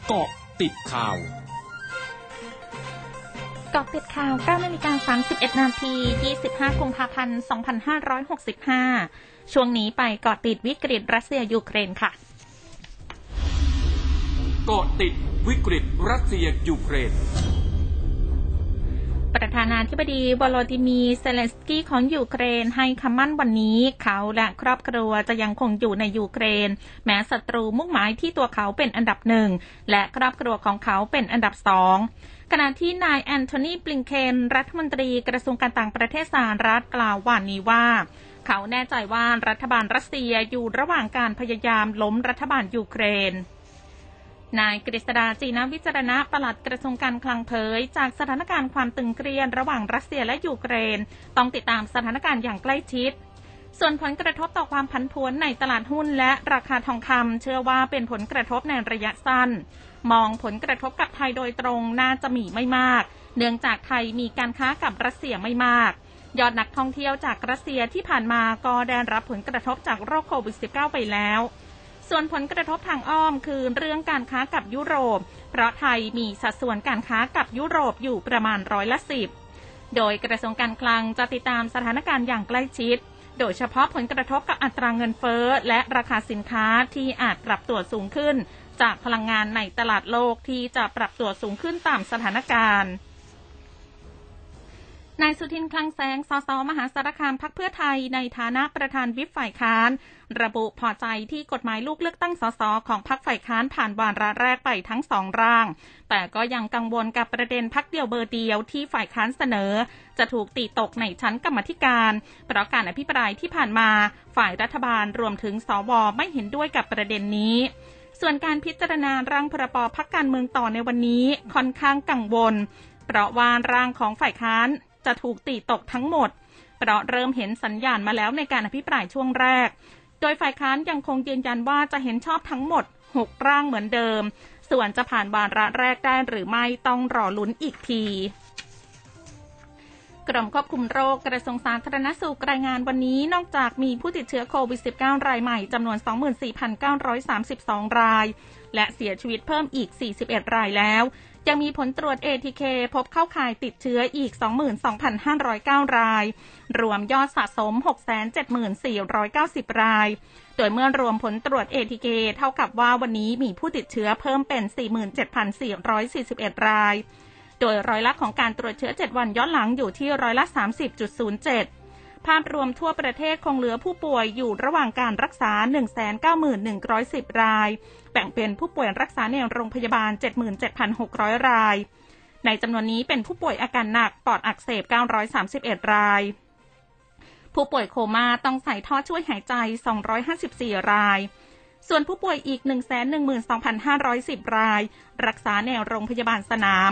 เกาะติดข่าวเกาะติดข่าว 9:31 นาที 25 กุมภาพันธ์ 2565 ช่วงนี้ไปเกาะติดวิกฤตรัสเซียยูเครนค่ะเกาะติดวิกฤตรัสเซียยูเครนประธานาธิบดีวโลดิมีร์เซเลนสกี้ของยูเครนให้คำมั่นวันนี้เขาและครอบครัวจะยังคงอยู่ในยูเครนแม้ศัตรูมุ่งหมายที่ตัวเขาเป็นอันดับหนึ่งและครอบครัวของเขาเป็นอันดับสองขณะที่นายแอนโทนี บลิงเคนรัฐมนตรีกระทรวงการต่างประเทศสหรัฐกล่าววันนี้ว่าเขาแน่ใจว่ารัฐบาลรัสเซียอยู่ระหว่างการพยายามล้มรัฐบาลยูเครนนายกฤษดา จีนวิจารณะปลัดกระทรวงการคลังเผยจากสถานการณ์ความตึงเครียดระหว่างรัสเซียและยูเครนต้องติดตามสถานการณ์อย่างใกล้ชิดส่วนผลกระทบต่อความผันผวนในตลาดหุ้นและราคาทองคำเชื่อว่าเป็นผลกระทบในระยะสั้นมองผลกระทบกับไทยโดยตรงน่าจะมีไม่มากเนื่องจากไทยมีการค้ากับรัสเซียไม่มากยอดนักท่องเที่ยวจากรัสเซียที่ผ่านมาก็ได้รับผลกระทบจากโรคโควิด -19 ไปแล้วส่วนผลกระทบทางอ้อมคือเรื่องการค้ากับยุโรปเพราะไทยมีสัดส่วนการค้ากับยุโรปอยู่ประมาณ10%โดยกระทรวงการคลังจะติดตามสถานการณ์อย่างใกล้ชิดโดยเฉพาะผลกระทบกับอัตราเงินเฟ้อและราคาสินค้าที่อาจปรับตัวสูงขึ้นจากพลังงานในตลาดโลกที่จะปรับตัวสูงขึ้นตามสถานการณ์นายสุทินคลังแสงสสมหาสารคามพรรคเพื่อไทยในฐานะประธานวิปฝ่ายค้านระบุพอใจที่กฎหมายลูกเลือกตั้งสสของพรรคฝ่ายค้านผ่านวาระแรกไปทั้งสองร่างแต่ก็ยังกังวลกับประเด็นพรรคเดียวเบอร์เดียวที่ฝ่ายค้านเสนอจะถูกตีตกในชั้นกรรมาธิการเพราะการอภิปรายที่ผ่านมาฝ่ายรัฐบาลรวมถึงสวไม่เห็นด้วยกับประเด็นนี้ส่วนการพิจารณาร่างพรบพรรคการเมืองต่อในวันนี้ค่อนข้างกังวลเพราะว่าร่างของฝ่ายค้านจะถูกตีตกทั้งหมดเพราะเริ่มเห็นสัญญาณมาแล้วในการอภิปรายช่วงแรกโดยฝ่ายค้านยังคงยืนยันว่าจะเห็นชอบทั้งหมด6ร่างเหมือนเดิมส่วนจะผ่านวาระแรกได้หรือไม่ต้องรอลุ้นอีกทีกรมควบคุมโรคกระทรวงสาธารณสุขรายงานวันนี้นอกจากมีผู้ติดเชื้อโควิด -19 รายใหม่จำนวน 24,932 รายและเสียชีวิตเพิ่มอีก41รายแล้วยังมีผลตรวจ ATK พบเข้าข่ายติดเชื้ออีก 22,509 รายรวมยอดสะสม 674,490 รายโดยเมื่อรวมผลตรวจ ATK เท่ากับว่าวันนี้มีผู้ติดเชื้อเพิ่มเป็น 47,441 รายโดยร้อยละของการตรวจเชื้อ7วันย้อนหลังอยู่ที่ร้อยละ 30.07 ภาพรวมทั่วประเทศคงเหลือผู้ป่วยอยู่ระหว่างการรักษา 191,110 รายแบ่งเป็นผู้ป่วยรักษาในโรงพยาบาล 77,600 รายในจำนวนนี้เป็นผู้ป่วยอาการหนักปอดอักเสบ931รายผู้ป่วยโคม่าต้องใส่ท่อช่วยหายใจ254รายส่วนผู้ป่วยอีก 112,510 รายรักษาในโรงพยาบาลสนาม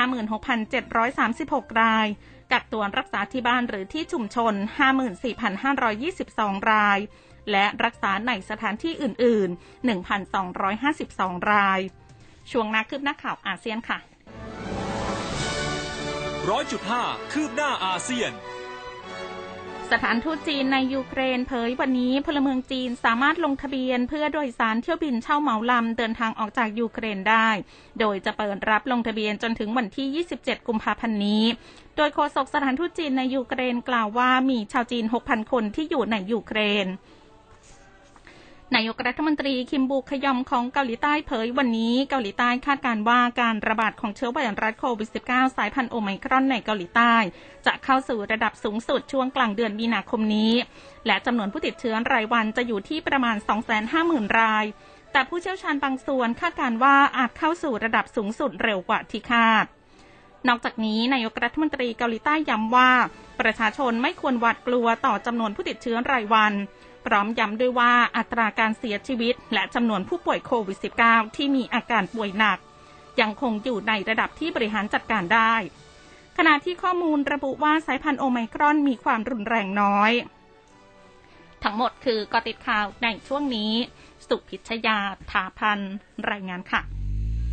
56,736 รายกักตัวรักษาที่บ้านหรือที่ชุมชน 54,522 รายและรักษาในสถานที่อื่นๆ 1,252 รายช่วงหน้าคืบหน้าข่าวอาเซียนค่ะ 100.5 คืบหน้าอาเซียนสถานทูตจีนในยูเครนเผยวันนี้พลเมืองจีนสามารถลงทะเบียนเพื่อโดยสารเที่ยวบินเช่าเหมาลำเดินทางออกจากยูเครนได้โดยจะเปิดรับลงทะเบียนจนถึงวันที่27กุมภาพันธ์นี้โดยโฆษกสถานทูตจีนในยูเครนกล่าวว่ามีชาวจีน 6,000 คนที่อยู่ในยูเครนนายกรัฐมนตรีคิมบูคยอมของเกาหลีใต้เผยวันนี้เกาหลีใต้คาดการณ์ว่าการระบาดของเชื้อไวรัสโควิด -19 สายพันธุ์โอไมครอนในเกาหลีใต้จะเข้าสู่ระดับสูงสุดช่วงกลางเดือนมีนาคมนี้และจำนวนผู้ติดเชื้อรายวันจะอยู่ที่ประมาณ 250,000 รายแต่ผู้เชี่ยวชาญบางส่วนคาดการณ์ว่าอาจเข้าสู่ระดับสูงสุดเร็วกว่าที่คาดนอกจากนี้นายกรัฐมนตรีเกาหลีใต้ย้ำว่าประชาชนไม่ควรหวาดกลัวต่อจำนวนผู้ติดเชื้อรายวันพร้อมย้ำด้วยว่าอัตราการเสียชีวิตและจำนวนผู้ป่วยโควิด -19 ที่มีอาการป่วยหนักยังคงอยู่ในระดับที่บริหารจัดการได้ขณะที่ข้อมูลระบุว่าสายพันธุ์โอไมครอนมีความรุนแรงน้อยทั้งหมดคือเกาะติดข่าวในช่วงนี้สุพิชยา ถาพันธ์รายงานค่ะ